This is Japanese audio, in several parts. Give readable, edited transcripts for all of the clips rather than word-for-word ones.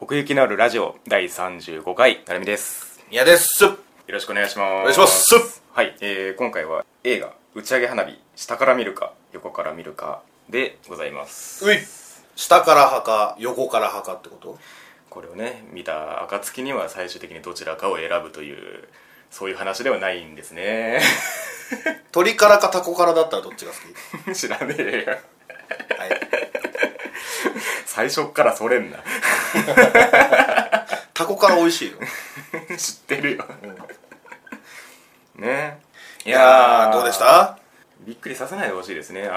奥行きのあるラジオ第35回なるみです。 宮です。よろしくお願いします。 お願いします。 はい、今回は映画打ち上げ花火下から見るか横から見るかでございます。 うい、下から派か横から派かってこと？ これをね見た暁には最終的にどちらかを選ぶというそういう話ではないんですね。 鳥からかタコからだったらどっちが好き？ 知らねえよ。 はい、 最初っからそれんな。 タコから美味しいよ。 知ってるよ、ね。 いやーどうでした？ びっくりさせないでほしいですね。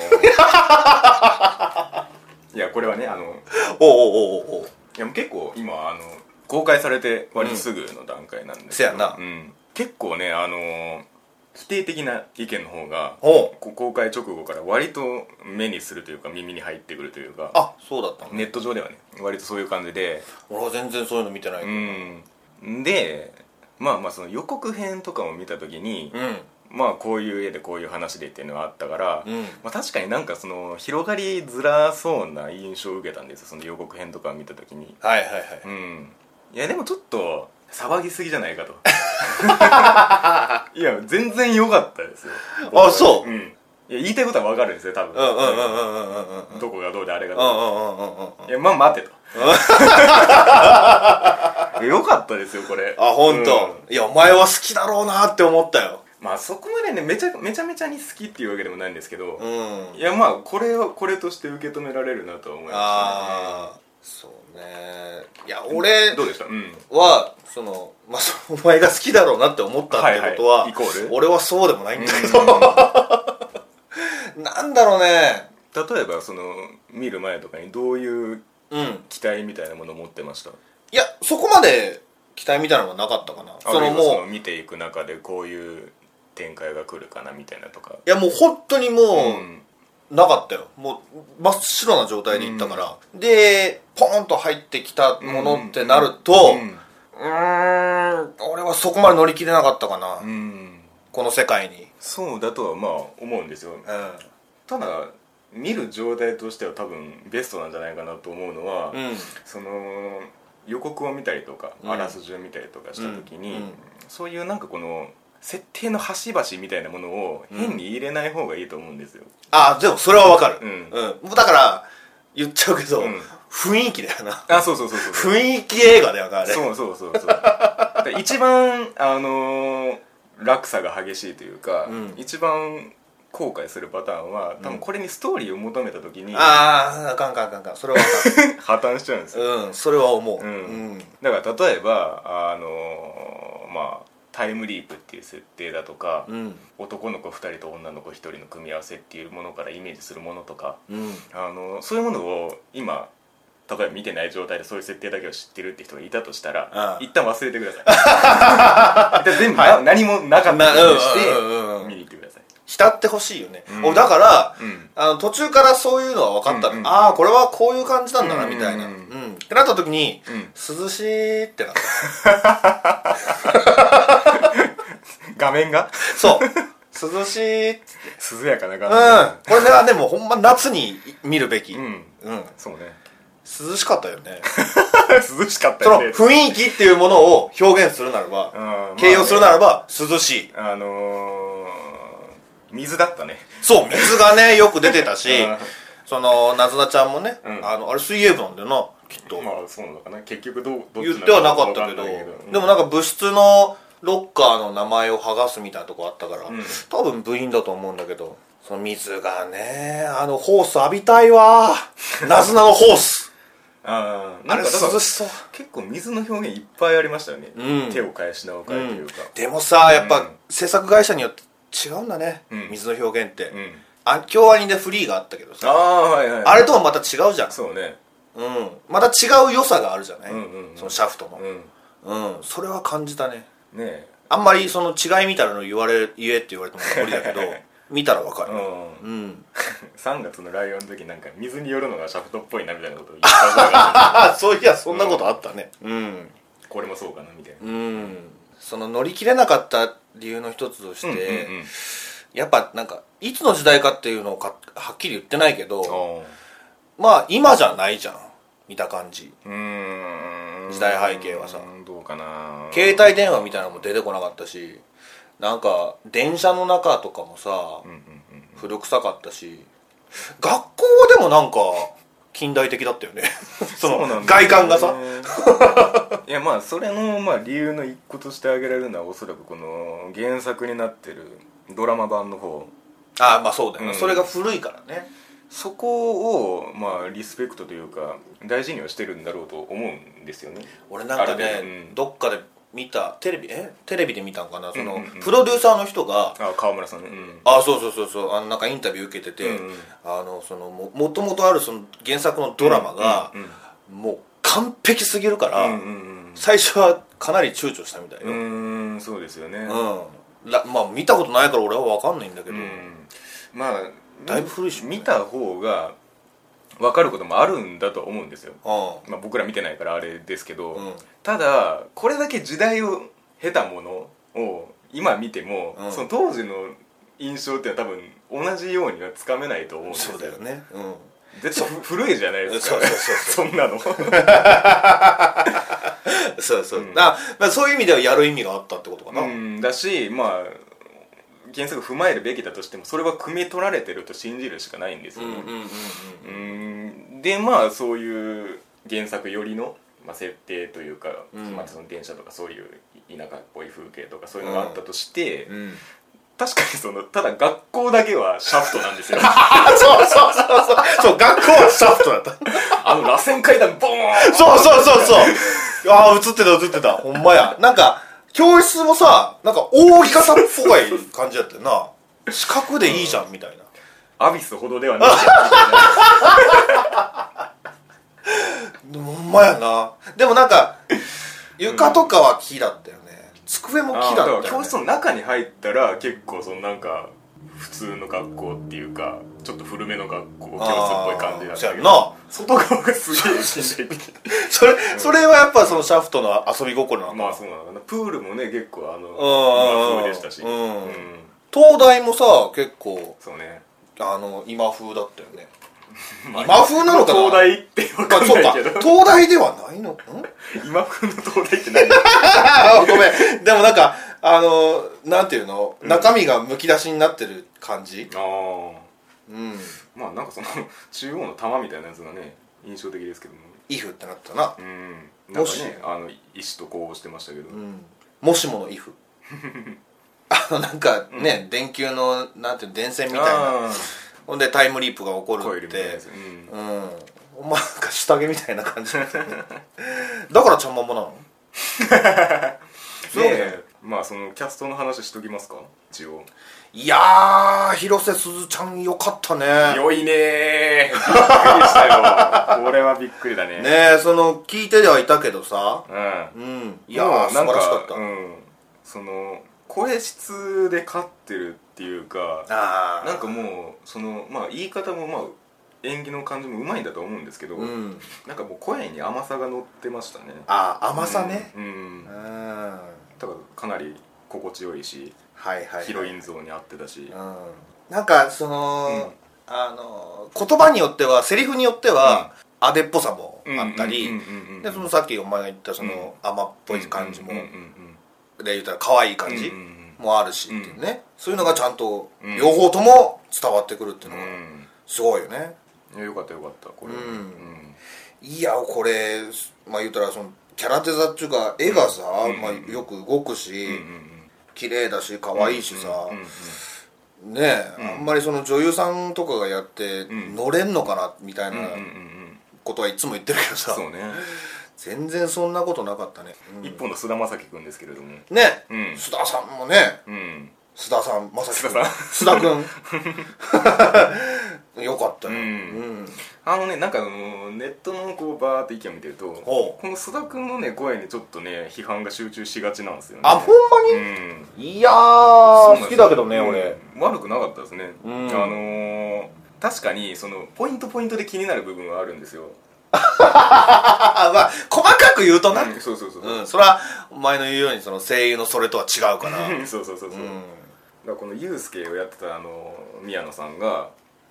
いやこれはねおういや結構今公開されて割とすぐの段階なんですけど、 せやな、 結構ね否定的な意見の方が公開直後から割と目にするというか耳に入ってくるというか、 あ、そうだったの、 ネット上ではね割とそういう感じで、 俺は全然そういうの見てないけど、 でまあその予告編とかを見た時に、まあこういう絵でこういう話でっていうのがあったから、まあ、確かになんかその広がりづらそうな印象を受けたんですよ、その予告編とかを見た時に。 はいはいはい、 いやでもちょっと騒ぎすぎじゃないかと。いや全然良かったですよ。 あ、そう、 いや言いたいことは分かるんですよ多分。どこがどうであれがどうで、いやまあ待てと。良かったですよこれ。 あ、本当、いやお前は好きだろうなって思ったよ。 まあそこまでねめちゃめちゃに好きっていうわけでもないんですけど、 いやまあこれはこれとして受け止められるなとは思いましたね。 ああ、そうね。いや俺どうでした？ はそのまあお前が好きだろうなって思ったってことは、 イコール俺はそうでもないんだけど、なんだろうね。 例えばその見る前とかにどういう期待みたいなものを持ってました？ いやそこまで期待みたいなのはなかったかな。 そのもう見ていく中でこういう展開が来るかなみたいなとか。 いやもう本当にもう、なかったよ。もう真っ白な状態で行ったから、でポーンと入ってきたものってなると、俺はそこまで乗り切れなかったかな、この世界に。 そうだとはまあ思うんですよ、ただ見る状態としては多分ベストなんじゃないかなと思うのは、その予告を見たりとか、あらすじを見たりとかした時に、そういうなんかこの設定の端々みたいなものを変に入れない方がいいと思うんですよ。 あ、でもそれはわかる。だから言っちゃうけど、雰囲気だよな。 あ、そう雰囲気映画だよな、あれ。 そう一番落差が激しいというか、一番後悔するパターンは多分これにストーリーを求めた時に、 あかん、それは分か破綻しちゃうんですよ。 それは思う。 だから例えばまあタイムリープっていう設定だとか、男の子2人と女の子1人の組み合わせっていうものからイメージするものとか、そういうものを今例えば見てない状態でそういう設定だけを知ってるって人がいたとしたら、一旦忘れてください。全部、何もなかったことにして見に行ってください。 浸ってほしいよね。だから、途中からそういうのは分かったの。ああこれはこういう感じなんだなみたいな。ってなった時に、涼しいってなった。 画面がそう涼しいっつって、 涼やかな画面。これねでもほんま夏に見るべき。 そうね。 涼しかったよね。 涼しかったよね。 その雰囲気っていうものを表現するならば、形容するならば涼しい。 水だったね。 そう、水がねよく出てたし、そのなずなちゃんもね、あれ水泳部なんだよなきっと。 まあそうなのかな、結局どっち言ってはなかったけど、でもなんか部室のロッカーの名前を剥がすみたいなとこあったから、多分部員だと思うんだけど、その水がね、ホース浴びたいわ。なずなのホース。 あれ涼しそう。 結構水の表現いっぱいありましたよね。手を変え品を変えというか。 でもさ、やっぱ制作会社によって違うんだね、水の表現って。京アニでフリーがあったけどさ、あれとはまた違うじゃん。そうね。また違う良さがあるじゃない、そのシャフトの。それは感じたね。あんまりその違いみたいなの言えって言われても無理だけど見たらわかる。 3月のライオンの時なんか水によるのがシャフトっぽいなみたいなことを言った覚えがある。 そういやそんなことあったね。 これもそうかなみたいな。 その乗り切れなかった理由の一つとして、やっぱなんかいつの時代かっていうのをはっきり言ってないけど、まあ今じゃないじゃん見た感じ。 時代背景はさ。 どうかな。 携帯電話みたいなのも出てこなかったし、なんか電車の中とかもさ、古臭かったし、学校でもなんか近代的だったよねその外観がさいやまあそれのまあ理由の一個として挙げられるのはおそらくこの原作になってるドラマ版の方。 ああまあそうだよね、それが古いからね。 そこをまあリスペクトというか大事にはしてるんだろうと思うんですよね。 俺なんかね、どっかで見たテレビで見たんかな、その、プロデューサーの人が川村さんね、 そうなんかインタビュー受けてて、そのもともとあるその原作のドラマが、もう完璧すぎるから、最初はかなり躊躇したみたいよ。 そうですよね。 まあ見たことないから俺は分かんないんだけど、 まあだいぶ古いし、 見た方が分かることもあるんだと思うんですよ。まあ、僕ら見てないからあれですけど、ただこれだけ時代を経たものを今見ても、その当時の印象っていうのは多分同じようにはつかめないと思うんですよ。 そうだよね、 絶対古いじゃないですか。そんなのまあそういう意味ではやる意味があったってことかな。 だし、まあ原作を踏まえるべきだとしてもそれは汲み取られてると信じるしかないんですよね。でまあそういう原作寄りの、まあ、設定というか、まあ、その電車とかそういう田舎っぽい風景とかそういうのがあったとして、確かにただ学校だけはシャフトなんですよそう学校はシャフトだった螺旋階段ボーンそうああ映ってたほんまや。なんか教室もさ、なんか扇形っぽい感じだったよな。四角でいいじゃんみたいな。 アビスほどではないじゃんみたいな。ほんまやな。でもなんか床とかは木だったよね。机も木だったよね。 教室の中に入ったら結構なんか普通の学校っていうかちょっと古めの学校教室っぽい感じだったけど、外側がすげえ近代的それはやっぱそのシャフトの遊び心なのかな。 まあそうなのかな。プールもね結構今風でしたし、 東大もさ結構そうね今風だったよね。今風なのかな。 東大って分かんないけど、 東大ではないの今風の東大って何ごめん。でもなんかなんていうの、中身がむき出しになってる感じ。 まあなんか中央の玉みたいなやつがね印象的ですけども、 イフってなったな。 なんかね石とこうしてましたけど、 もしものイフなんかね、電球のなんていう電線みたいな、ほんでタイムリープが起こるって、お前なんか下着みたいな感じだからちゃんまんまなのまあそのキャストの話しときますか一応。 いやー広瀬すずちゃんよかったね。 良いねー。びっくりしたよこれはびっくりだね。 ねえ聞いてではいたけどさ、いやー素晴らしかった。 声質で勝ってるっていうか、なんかもうまあ言い方もまあ演技の感じもうまいんだと思うんですけど、なんかもう声に甘さが乗ってましたね。 甘さね。 だからかなり心地よいし、ヒロイン像に合ってたし、 なんか言葉によってはセリフによってはアデっぽさもあったり、でさっきお前が言った甘っぽい感じもで言ったら可愛い感じもあるしっていうね、そういうのがちゃんと両方とも伝わってくるっていうのがすごいよね。 よかったよかったこれ。 いやこれまあ言ったらキャラデザっていうか絵がさ、まあよく動くし綺麗だし可愛いしさ、ねえ、あんまり女優さんとかがやって乗れんのかなみたいなことはいつも言ってるけどさ、全然そんなことなかったね。 一方の菅田将暉くんですけれどもね、須田さんもね、須田さんまさき須田くんよかったよ。 なんかネットのバーって意見を見てると、この須田くんのね声にちょっとね批判が集中しがちなんですよね。 ほんまに。いやー好きだけどね俺。 悪くなかったですね。確かにポイントで気になる部分はあるんですよ。 まあ細かく言うとな、 そうそれはお前の言うように声優のそれとは違うからそうだからこのユウスケをやってた宮野さんが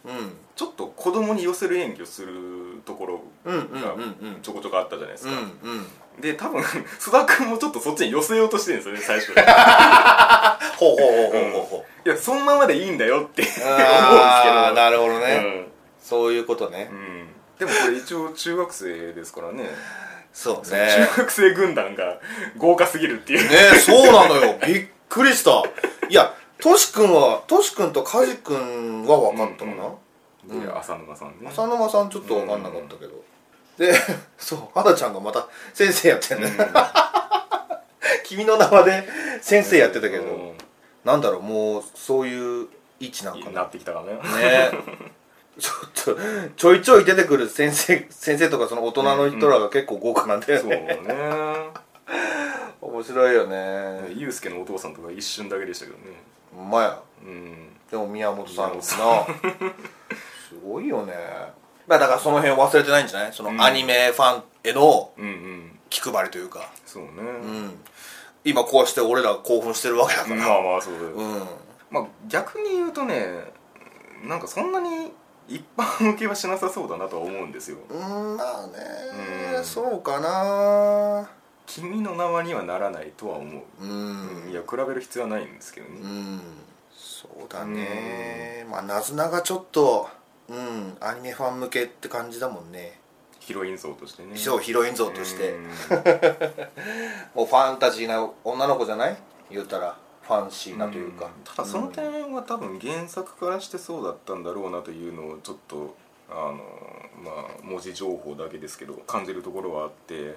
ちょっと子供に寄せる演技をするところがちょこちょこあったじゃないですか、で多分須田君もちょっとそっちに寄せようとしてるんですよね最初にほうほうほうほうほう、いやそのままでいいんだよって思うんですけど。 なるほどね、そういうことね、 でもこれ一応中学生ですからね。 そうね、 中学生軍団が豪華すぎるっていうね。そうなのよ、びっくりした。いやトシ君とカジ君は分かったかな、 浅沼さんね。 浅沼さんちょっと分かんなかったけど、でそう花ちゃんがまた先生やってんね、君の名はで先生やってたけど、なんだろう、もうそういう位置なんかなってきたかね。 ちょっとちょいちょい出てくる先生とかその大人の人らが結構豪華なんだよね、そうね面白いよね。 ユウスケのお父さんとか一瞬だけでしたけどね。 ほんまや、でも宮本さんですなすごいよね。だからその辺忘れてないんじゃない、そのアニメファンへの気配りというか、 そうね、 今こうして俺ら興奮してるわけだから、 まあまあそうだよ、まあ逆に言うとね、なんかそんなに一般向けはしなさそうだなとは思うんですよ。 まあね、そうかな。 君の名はにはならないとは思う。いや比べる必要はないんですけどね。 そうだね。まあなずながちょっとアニメファン向けって感じだもんね。 ヒロイン像としてね。 そう、ヒロイン像としてもうファンタジーな女の子じゃない、言ったらファンシーなというか、 ただその点は多分原作からしてそうだったんだろうなというのをちょっとまあ文字情報だけですけど感じるところはあって。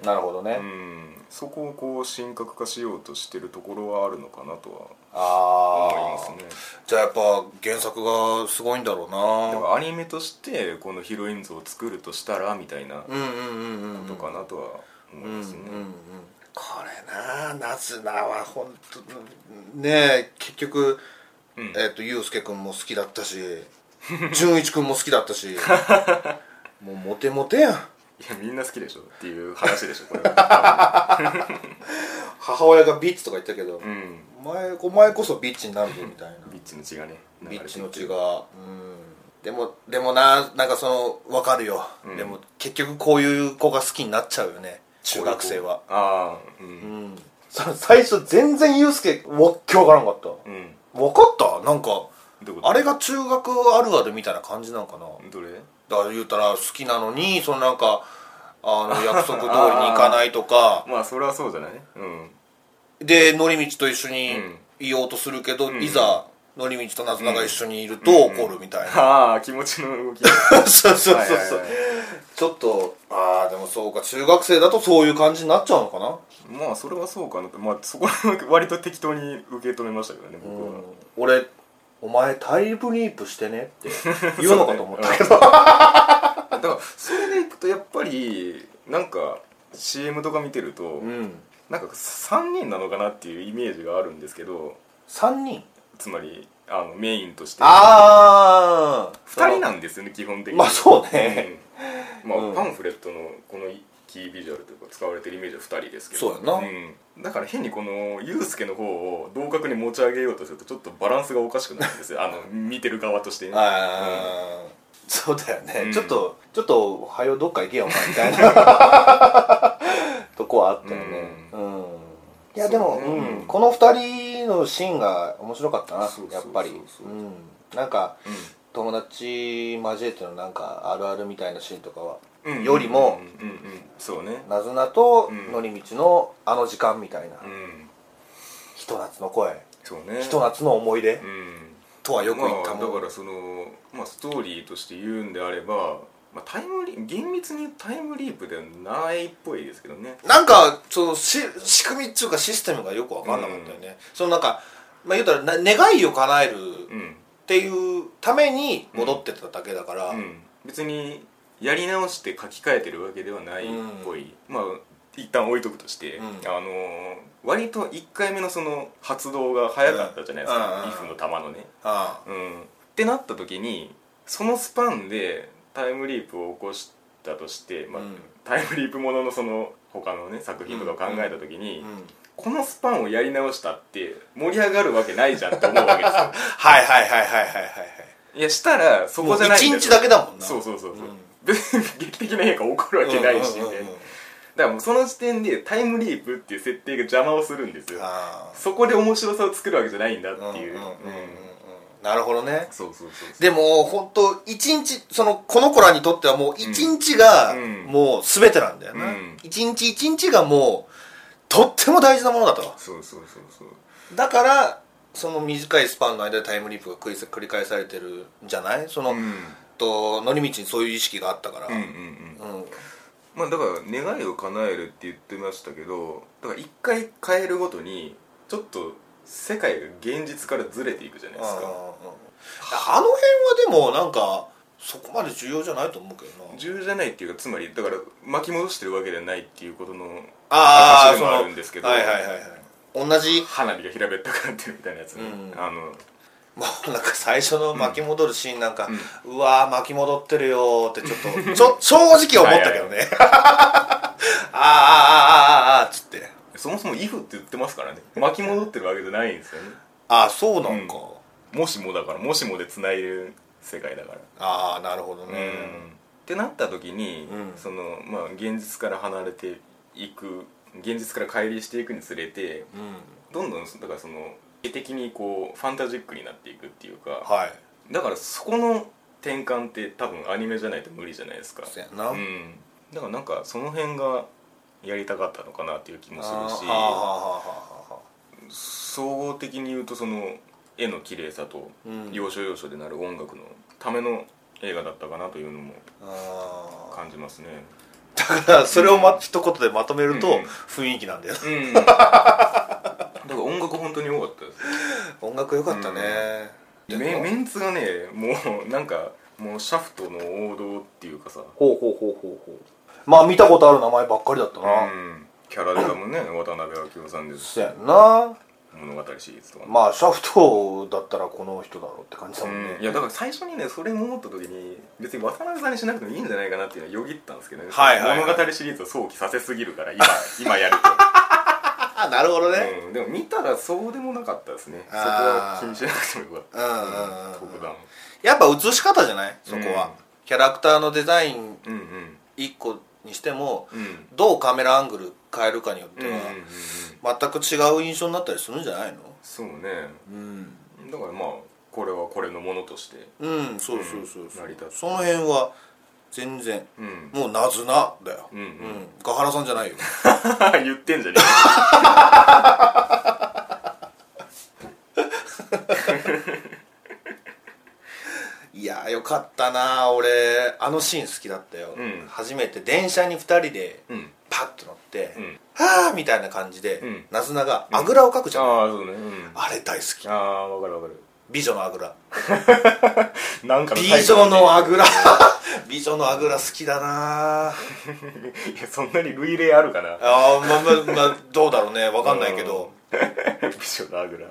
なるほどね、 そこをこう神格化しようとしてるところはあるのかなとは思いますね。 じゃあやっぱ原作がすごいんだろうな。 だからアニメとしてこのヒロイン像を作るとしたらみたいなことかなとは思いますね。 これな、なずなは本当ね、結局ユウスケ君も好きだったし純一君も好きだったしもうモテモテやん。いやみんな好きでしょっていう話でしょこれは母親がビッチとか言ったけど、お前こそビッチになるぞみたいなビッチの血がね、 ビッチの血が、でもなんかその分かるよ、でも結局こういう子が好きになっちゃうよね、中学生は。最初全然ユウスケわっけわからんかった、分かった。なんかあれが中学あるあるみたいな感じなのかな。 どれだから言うたら好きなのにそのなんか約束通りに行かないとかまあそれはそうじゃない、 で乗り道と一緒にいようとするけど、いざ乗り道となずなが一緒にいると怒るみたいな、 気持ちの動きそうちょっとでもそうか、中学生だとそういう感じになっちゃうのかな。 まあそれはそうかなって、まあそこは割と適当に受け止めましたけどね僕は。 俺お前タイムリープしてねって言うのかと思ったけどだからそれでいくとやっぱりなんか CM とか見てると、なんか3人なのかなっていうイメージがあるんですけど。 3人つまりメインとして 2 人なんですよね基本的に。 まあそうね、 パンフレットのこのキービジュアルというか使われてるイメージは2人ですけど、 そうやな、 だから変にこのユウスケの方を同格に持ち上げようとするとちょっとバランスがおかしくなるんですよ見てる側としてね。そうだよね、ちょっとはよどっか行けよお前みたいなとこはあったよね。いやでも、この2人のシーンが面白かったな、やっぱり。なんか、友達交えてのなんかあるあるみたいなシーンとかはよりも、 そうね、 なずなと乗り道のあの時間みたいな、ひと夏の声、ひと夏の思い出とはよく言ったもん。 だからその、ストーリーとして言うんであれば、厳密にタイムリープではないっぽいですけどね。 なんかその仕組みっていうかシステムがよく分かんなかったよね。そのなんか、言うたら願いを叶えるっていうために戻ってただけだから、 別にやり直して書き換えてるわけではないっぽい。一旦置いとくとして、割と1回目のその発動が早かったじゃないですか、リフの弾のね。ってなった時にそのスパンでタイムリープを起こしたとして、タイムリープもののその他のね作品とかを考えた時に、このスパンをやり直したって盛り上がるわけないじゃんって思うわけですよ。 はい。 いやしたらそこじゃないんだよ。 1日だけだもんな。 そう、別に劇的な変化起こるわけないしみたいな。だからもうその時点でタイムリープっていう設定が邪魔をするんですよ。そこで面白さを作るわけじゃないんだっていう。 なるほどね。 そうでも本当一日この子らにとってはもう一日がもう全てなんだよな。一日一日がもうとっても大事なものだと。 そうだからその短いスパンの間でタイムリープが繰り返されてるんじゃない？乗り道にそういう意識があったから。 まあだから願いを叶えるって言ってましたけど、だから一回変えるごとにちょっと世界が現実からずれていくじゃないですか。 あの辺はでもなんかそこまで重要じゃないと思うけどな。 重要じゃないっていうか、つまりだから巻き戻してるわけではないっていうことの証でもあるんですけど、 同じ花火が平べったくなってるみたいなやつね。 もうなんか最初の巻き戻るシーンなんか、うわー巻き戻ってるよーってちょっと正直思ったけどね。あーつって。 そもそもイフって言ってますからね。巻き戻ってるわけじゃないんですよね。 そうなんか。 もしもだから、もしもで繋いでる世界だから。 なるほどね。 ってなった時に、まあ現実から離れていく、現実から乖離していくにつれて、どんどんだから絵的にこうファンタジックになっていくっていうか、だからそこの転換って多分アニメじゃないと無理じゃないですか。 そうやな。 だからなんかその辺がやりたかったのかなっていう気もするし、総合的に言うと絵の綺麗さと要所要所でなる音楽のための映画だったかなというのも感じますね。 だからそれを一言でまとめると雰囲気なんだよ。 だから音楽本当に良かったです。 音楽良かったね。 メンツがね、もうなんかもうシャフトの王道っていうかさ。 まあ見たことある名前ばっかりだったな。 キャラデカもね、渡辺明夫さんですし。 そうやんな。 物語シリーズとか、 まあシャフトだったらこの人だろうって感じだもんね。 いやだから最初にねそれ思った時に別に渡辺さんにしなくてもいいんじゃないかなっていうのはよぎったんですけどね。物語シリーズを想起させすぎるから今やると。 なるほどね。 でも見たらそうでもなかったですね。そこは気にしなくてもよかった。特段やっぱ映し方じゃない、そこは。キャラクターのデザイン1個にしても、どうカメラアングル変えるかによっては全く違う印象になったりするんじゃないの？ そうね。だからまあこれはこれのものとしてそう成り立つ。その辺は全然もうなずなだよ。ガハラさんじゃないよ。 言ってんじゃねえ。いやよかったな。俺あのシーン好きだったよ。初めて電車に2人でパッと乗ってはぁみたいな感じでなずながあぐらをかくじゃん。あれ大好き。 わかる美女のあぐら。 なんか美女のあぐら。美女のあぐら好きだな。 いやそんなに類例あるかな。 まあどうだろうね、わかんないけど。 美女のあぐら。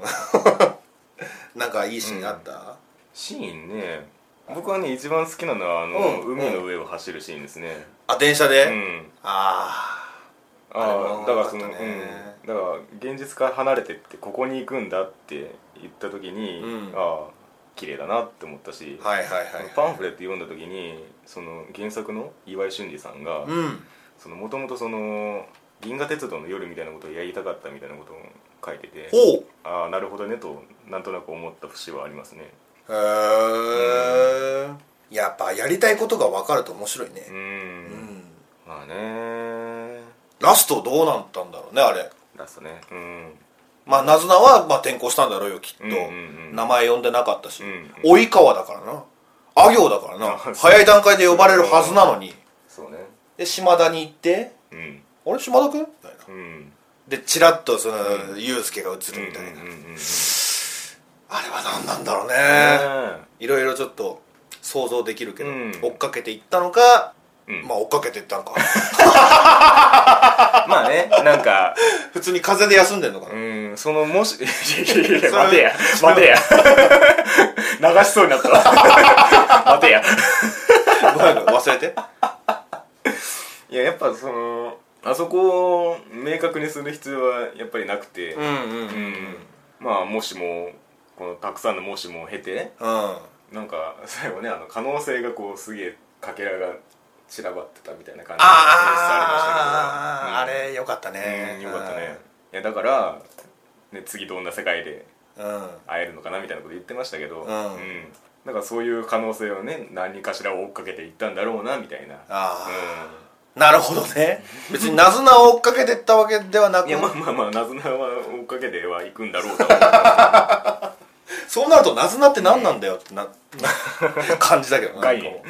なんかいいシーンあった？ シーンね、僕はね一番好きなのは海の上を走るシーンですね。 電車で？ だからだから現実から離れてってここに行くんだって言った時に、綺麗だなって思ったし、パンフレット読んだ時に原作の岩井俊二さんがもともと銀河鉄道の夜みたいなことをやりたかったみたいなことを書いてて、なるほどねとなんとなく思った節はありますね。 へえ。やっぱやりたいことが分かると面白いね。 まあね。 ラストどうなったんだろうね、あれ。 ラストね。 まあなずなは転校したんだろうよきっと。名前呼んでなかったし、及川だからな、あ行だからな。早い段階で呼ばれるはずなのに。 そうね。 で島田に行って、あれ島田君みたいな。でチラッと祐介が映るみたいな。あれは何なんだろうね。いろいろちょっと想像できるけど、追っかけていったのか、まあ追っかけていったのか。 まあね、なんか普通に風邪で休んでんのかな。 もし待てや流しそうになったわ。待てや忘れて。 いややっぱあそこを明確にする必要はやっぱりなくて、まあもしもこのたくさんのもしもを経て、 なんか最後ね可能性がこうすげえかけらが散らばってたみたいな感じであれよかったね、 よかったね。いやだから、ね、次どんな世界で会えるのかなみたいなこと言ってましたけど、だからそういう可能性をね何かしら追っかけていったんだろうなみたいな。 なるほどね。別にナズナを追っかけていったわけではなく、いやまあナズナは追っかけてはいくんだろうと思います。 そうなるとナズナって何なんだよって感じだけどな。概念。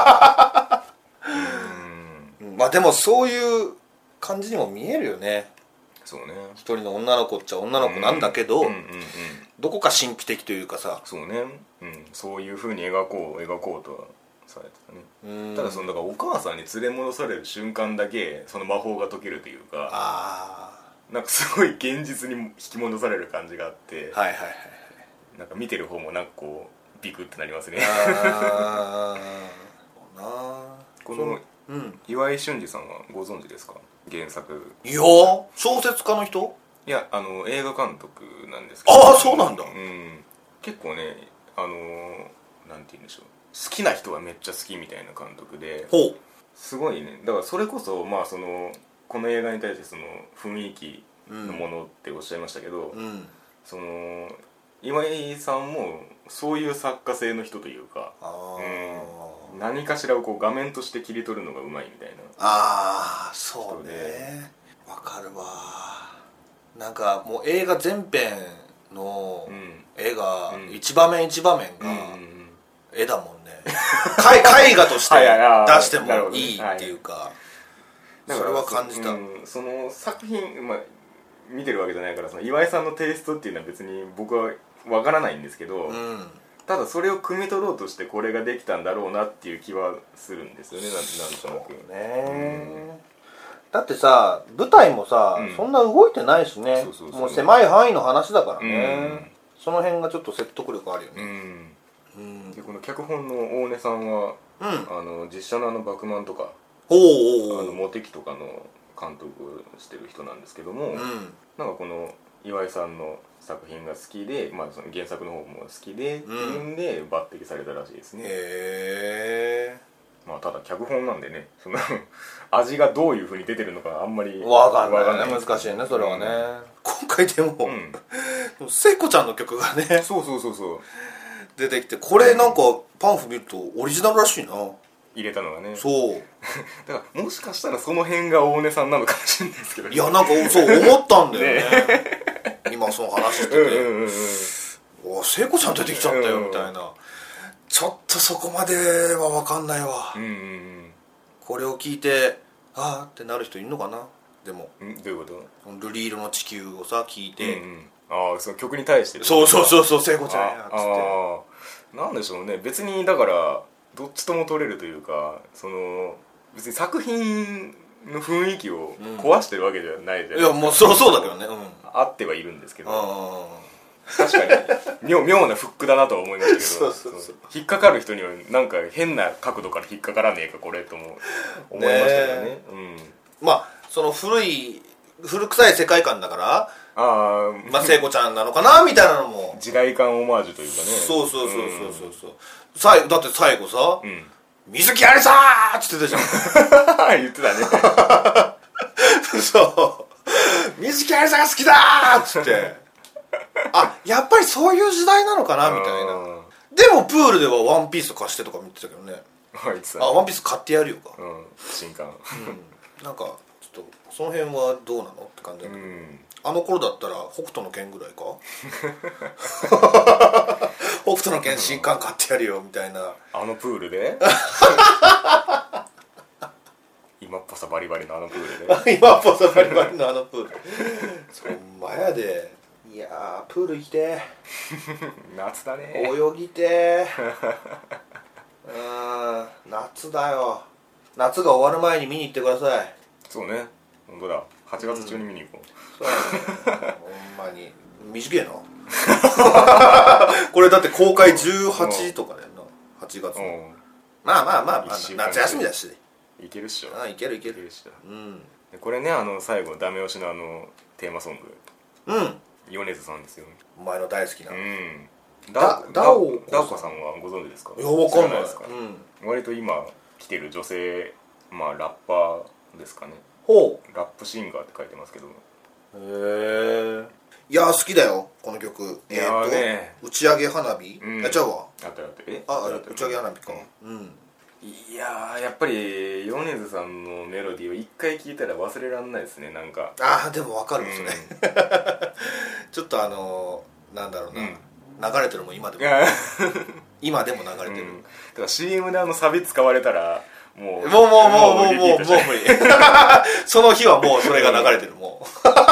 まあでもそういう感じにも見えるよね。 そうね。 一人の女の子っちゃ女の子なんだけど、どこか神秘的というかさ。 そうね。そういう風に描こうとはされてたね。ただだからお母さんに連れ戻される瞬間だけその魔法が解けるというか、なんかすごい現実に引き戻される感じがあって、なんか見てる方もなんかこうビクってなりますね。この岩井俊二さんはご存知ですか？原作。 いや小説家の人？ いや映画監督なんですけど。 そうなんだ。 結構ねなんて言うんでしょう、好きな人はめっちゃ好きみたいな監督で、すごいね。だからそれこそまあこの映画に対してその雰囲気のものっておっしゃいましたけど、その岩井さんもそういう作家性の人というか、何かしらをこう画面として切り取るのがうまいみたいな。 そうね、わかるわ。なんかもう映画全編の絵が一場面一場面が絵だもんね。絵画として出してもいいっていうか、それは感じた。 その作品、見てるわけじゃないからその岩井さんのテイストっていうのは別に僕はわからないんですけど、ただそれを汲み取ろうとしてこれができたんだろうなっていう気はするんですよね。なんとなくね。 だってさ舞台もさ、そんな動いてないしね。もう狭い範囲の話だからね。その辺がちょっと説得力あるよね。 でこの脚本の大根さんは、実写の幕満とかモテキとかの監督をしてる人なんですけども、なんかこの岩井さんの作品が好きで、その原作の方も好きでっていうんで抜擢されたらしいですね。ただ脚本なんでね、その味がどういう風に出てるのかあんまり分かんない。難しいねそれはね。今回でも聖子ちゃんの曲がねそう出てきて、これなんかパンフ見るとオリジナルらしいな、 入れたのがね。 そうだからもしかしたらその辺が大根さんなのかもしれないですけど、 いやなんかそう思ったんだよね今その話してて聖子ちゃん出てきちゃったよみたいな。ちょっとそこまでは分かんないわ。これを聞いてあーってなる人いるのかな。でもどういうこと？ 瑠璃色の地球をさ聞いて、 その曲に対してそう聖子ちゃんやっつってなんでしょうね。別にだからどっちとも取れるというか、その別に作品の雰囲気を壊してるわけじゃないじゃないですか。 いやもうそうだけどね、 あってはいるんですけど、確かに妙なフックだなとは思いましたけど引っかかる人にはなんか変な角度から引っかからねえかこれとも思いましたけどね。 その古臭い世界観だから聖子ちゃんなのかなみたいなのも時代感オマージュというかね。 だって最後さ水木有沙ーっつってたじゃん言ってたねそう水木有沙が好きだーっつってやっぱりそういう時代なのかなみたいな。でもプールではワンピース貸してとか見てたけどね。ワンピース買ってやるよか。 新刊なんかちょっとその辺はどうなのって感じだけど、あの頃だったら北斗の拳ぐらいか北斗の拳新刊買ってやるよみたいな。 あのプールで今っぽさバリバリのあのプールで今っぽさバリバリのあのプールそんまやで。いやープール行きて夏だね。 泳ぎて夏だよ。夏が終わる前に見に行ってください。 そうね、本当だ。8月中に見に行こう。 そうだねほんまに短いなこれだって公開18とかだよな8月の。まあ夏休みだしいけるっしょ。 いけるこれね最後ダメ押しのテーマソング米津さんですよ。 お前の大好きなダオコさんはご存知ですか？ いや、わかんないですか、割と今来てる女性、まあラッパーですかね。 ほう、 ラップシンガーって書いてますけど。 へえ。いや、好きだよこの曲。打ち上げ花火、やっちゃうわ。打ち上げ花火か。 いやー、やっぱり米津さんのメロディーを一回聴いたら忘れられないですね。なんかでも分かるんですね、ちょっとなんだろうな、流れてるもん今でも今でも流れてる、 だから CM でサビ使われたらもう無理その日はもうそれが流れてるも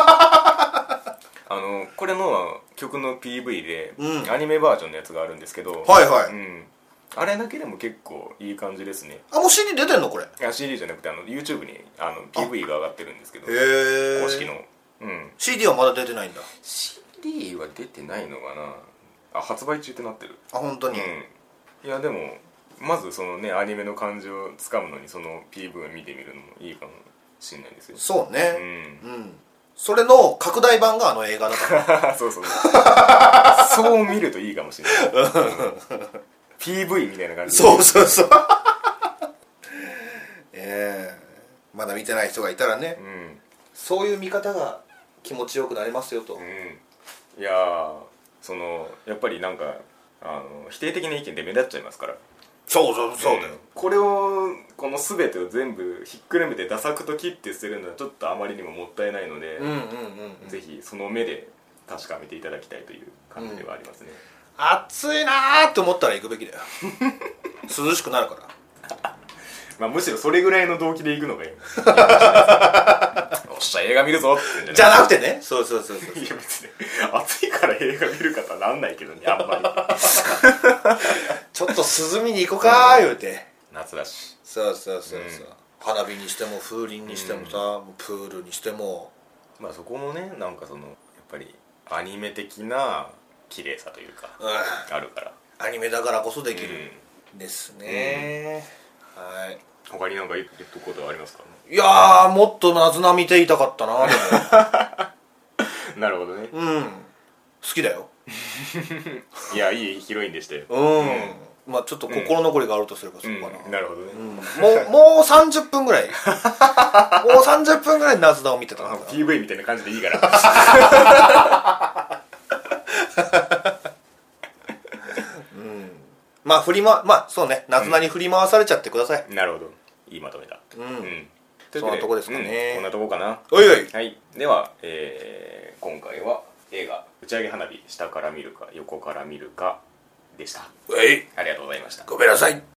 うこれの曲の PV で、アニメバージョンのやつがあるんですけど、 はいはい、 あれだけでも結構いい感じですね。 もう CD 出てんのこれ？ いや CD じゃなくてYouTube にPV が上がってるんですけど、公式の、 CD はまだ出てないんだ。 CD は出てないのかな。発売中ってなってる。 本当に、 いやでもまずそのねアニメの感じをつかむのにその PV を見てみるのもいいかもしれないですよ。 そうね、それの拡大版が映画だからそうそう見るといいかもしれない、PV みたいな感じで。 そうまだ見てない人がいたらね、そういう見方が気持ちよくなりますよと。 いやー、やっぱりなんか否定的な意見で目立っちゃいますから。 そうだよ、 この全てを全部ひっくるめてダサくと切って捨てるのはちょっとあまりにももったいないので、ぜひその目で確かめていただきたいという感じではありますね。 暑いなーって思ったら行くべきだよ涼しくなるからむしろそれぐらいの動機で行くのがいいよっしゃ映画見るぞってじゃなくてね、そういや別に暑いから映画見るかとはなんないけどね、あんまりちょっと涼みに行こうかー言うて、 夏だし。 そう花火にしても風鈴にしてもさ、プールにしても、 そこもね、なんかやっぱりアニメ的な綺麗さというか、あるからアニメだからこそできるですね。はい。 他に何か言っとくことはありますか？ いやー、もっとなずな見ていたかったな。でもなるほどね。 好きだよいや、いいヒロインでしたよ。 ちょっと心残りがあるとすればそうかな。 なるほどね。 もう30分ぐらいもう30分ぐらいなずなを見てたな。 PV みたいな感じでいいからそうね、なずなに振り回されちゃってください。 なるほど、いいまとめだ。 そんなとこですかね。 こんなとこかな。 おいおい。 はい。では、今回は映画打ち上げ花火、下から見るか横から見るかでした。 はい。 ありがとうございました。 ごめんなさい。